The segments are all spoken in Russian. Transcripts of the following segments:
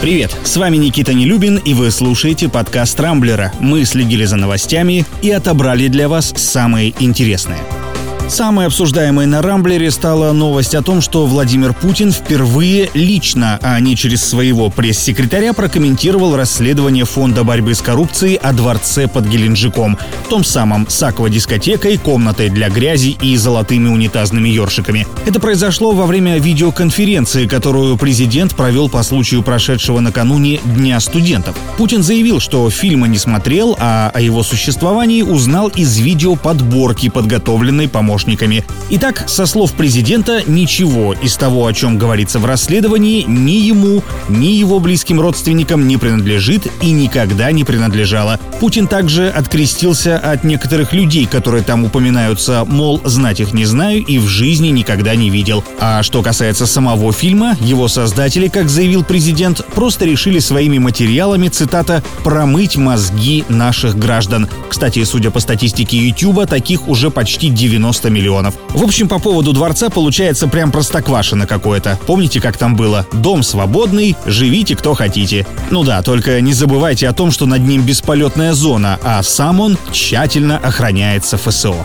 Привет, с вами Никита Нелюбин, и вы слушаете подкаст «Рамблера». Мы следили за новостями и отобрали для вас самые интересные. Самой обсуждаемой на Рамблере стала новость о том, что Владимир Путин впервые лично, а не через своего пресс-секретаря, прокомментировал расследование Фонда борьбы с коррупцией о дворце под Геленджиком, том самом с аквадискотекой, комнатой для грязи и золотыми унитазными ёршиками. Это произошло во время видеоконференции, которую президент провел по случаю прошедшего накануне Дня студентов. Путин заявил, что фильма не смотрел, а о его существовании узнал из видеоподборки, подготовленной помощниками. Итак, со слов президента, ничего из того, о чем говорится в расследовании, ни ему, ни его близким родственникам не принадлежит и никогда не принадлежало. Путин также открестился от некоторых людей, которые там упоминаются, мол, знать их не знаю и в жизни никогда не видел. А что касается самого фильма, его создатели, как заявил президент, просто решили своими материалами, цитата, «промыть мозги наших граждан». Кстати, судя по статистике Ютуба, таких уже почти 90 миллионов. В общем, по поводу дворца получается прям простоквашино какое-то. Помните, как там было? Дом свободный, живите кто хотите. Ну да, только не забывайте о том, что над ним бесполетная зона, а сам он тщательно охраняется ФСО.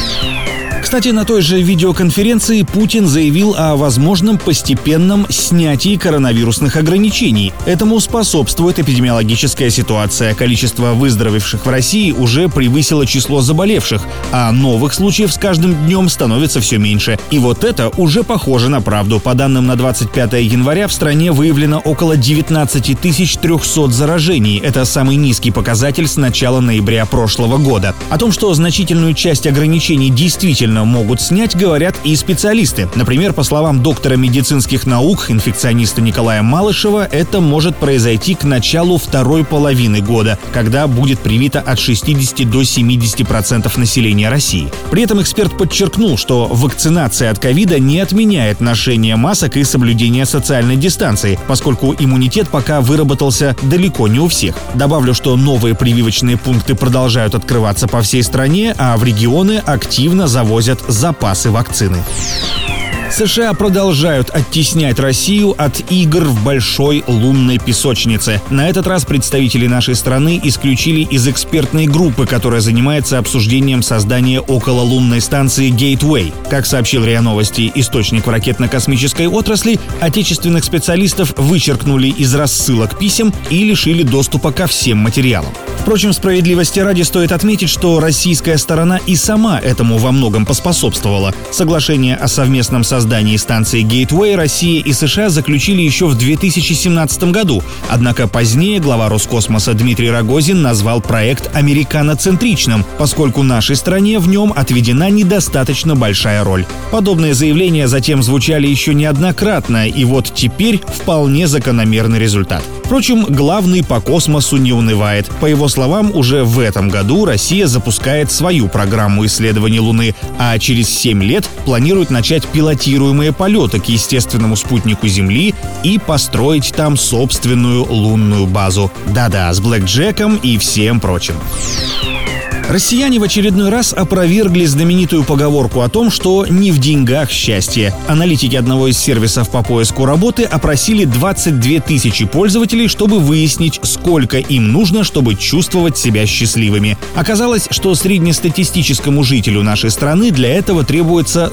Кстати, на той же видеоконференции Путин заявил о возможном постепенном снятии коронавирусных ограничений. Этому способствует эпидемиологическая ситуация. Количество выздоровевших в России уже превысило число заболевших, а новых случаев с каждым днем становится все меньше. И вот это уже похоже на правду. По данным на 25 января в стране выявлено около 19 300 заражений. Это самый низкий показатель с начала ноября прошлого года. О том, что значительную часть ограничений действительно могут снять, говорят и специалисты. Например, по словам доктора медицинских наук, инфекциониста Николая Малышева, это может произойти к началу второй половины года, когда будет привито от 60 до 70% населения России. При этом эксперт подчеркнул, что вакцинация от ковида не отменяет ношение масок и соблюдение социальной дистанции, поскольку иммунитет пока выработался далеко не у всех. Добавлю, что новые прививочные пункты продолжают открываться по всей стране, а в регионы активно завозят запасы вакцины. США продолжают оттеснять Россию от игр в большой лунной песочнице. На этот раз представители нашей страны исключили из экспертной группы, которая занимается обсуждением создания окололунной станции Gateway. Как сообщил РИА Новости источник в ракетно-космической отрасли, отечественных специалистов вычеркнули из рассылок писем и лишили доступа ко всем материалам. Впрочем, справедливости ради стоит отметить, что российская сторона и сама этому во многом поспособствовала. Соглашение о совместном создании станции Gateway Россия и США заключили еще в 2017 году. Однако позднее глава Роскосмоса Дмитрий Рогозин назвал проект американоцентричным, поскольку нашей стране в нем отведена недостаточно большая роль. Подобные заявления затем звучали еще неоднократно, и вот теперь вполне закономерный результат. Впрочем, главный по космосу не унывает. По его словам, уже в этом году Россия запускает свою программу исследований Луны, а через 7 лет планирует начать пилотируемые полеты к естественному спутнику Земли и построить там собственную лунную базу. Да-да, с блэкджеком и всем прочим. Россияне в очередной раз опровергли знаменитую поговорку о том, что не в деньгах счастье. Аналитики одного из сервисов по поиску работы опросили 22 тысячи пользователей, чтобы выяснить, сколько им нужно, чтобы чувствовать себя счастливыми. Оказалось, что среднестатистическому жителю нашей страны для этого требуется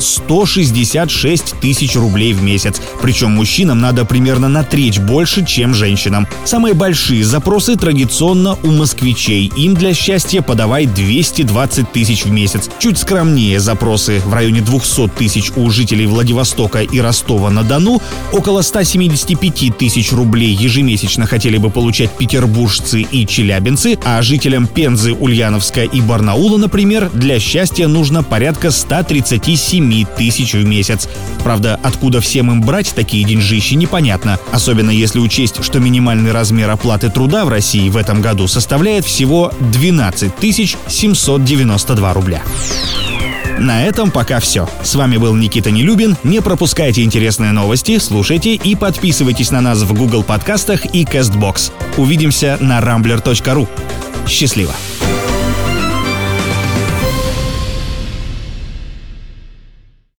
166 тысяч рублей в месяц. Причем мужчинам надо примерно на треть больше, чем женщинам. Самые большие запросы традиционно у москвичей. Им для счастья подавай 220 тысяч в месяц. Чуть скромнее запросы в районе 200 тысяч у жителей Владивостока и Ростова-на-Дону. Около 175 тысяч рублей ежемесячно хотели бы получать петербуржцы и челябинцы, а жителям Пензы, Ульяновска и Барнаула, например, для счастья нужно порядка 137 тысяч в месяц. Правда, откуда всем им брать такие деньжищи, непонятно. Особенно если учесть, что минимальный размер оплаты труда в России в этом году составляет всего 12 792 рубля. На этом пока все. С вами был Никита Нелюбин. Не пропускайте интересные новости, слушайте и подписывайтесь на нас в Google подкастах и CastBox. Увидимся на rambler.ru. Счастливо!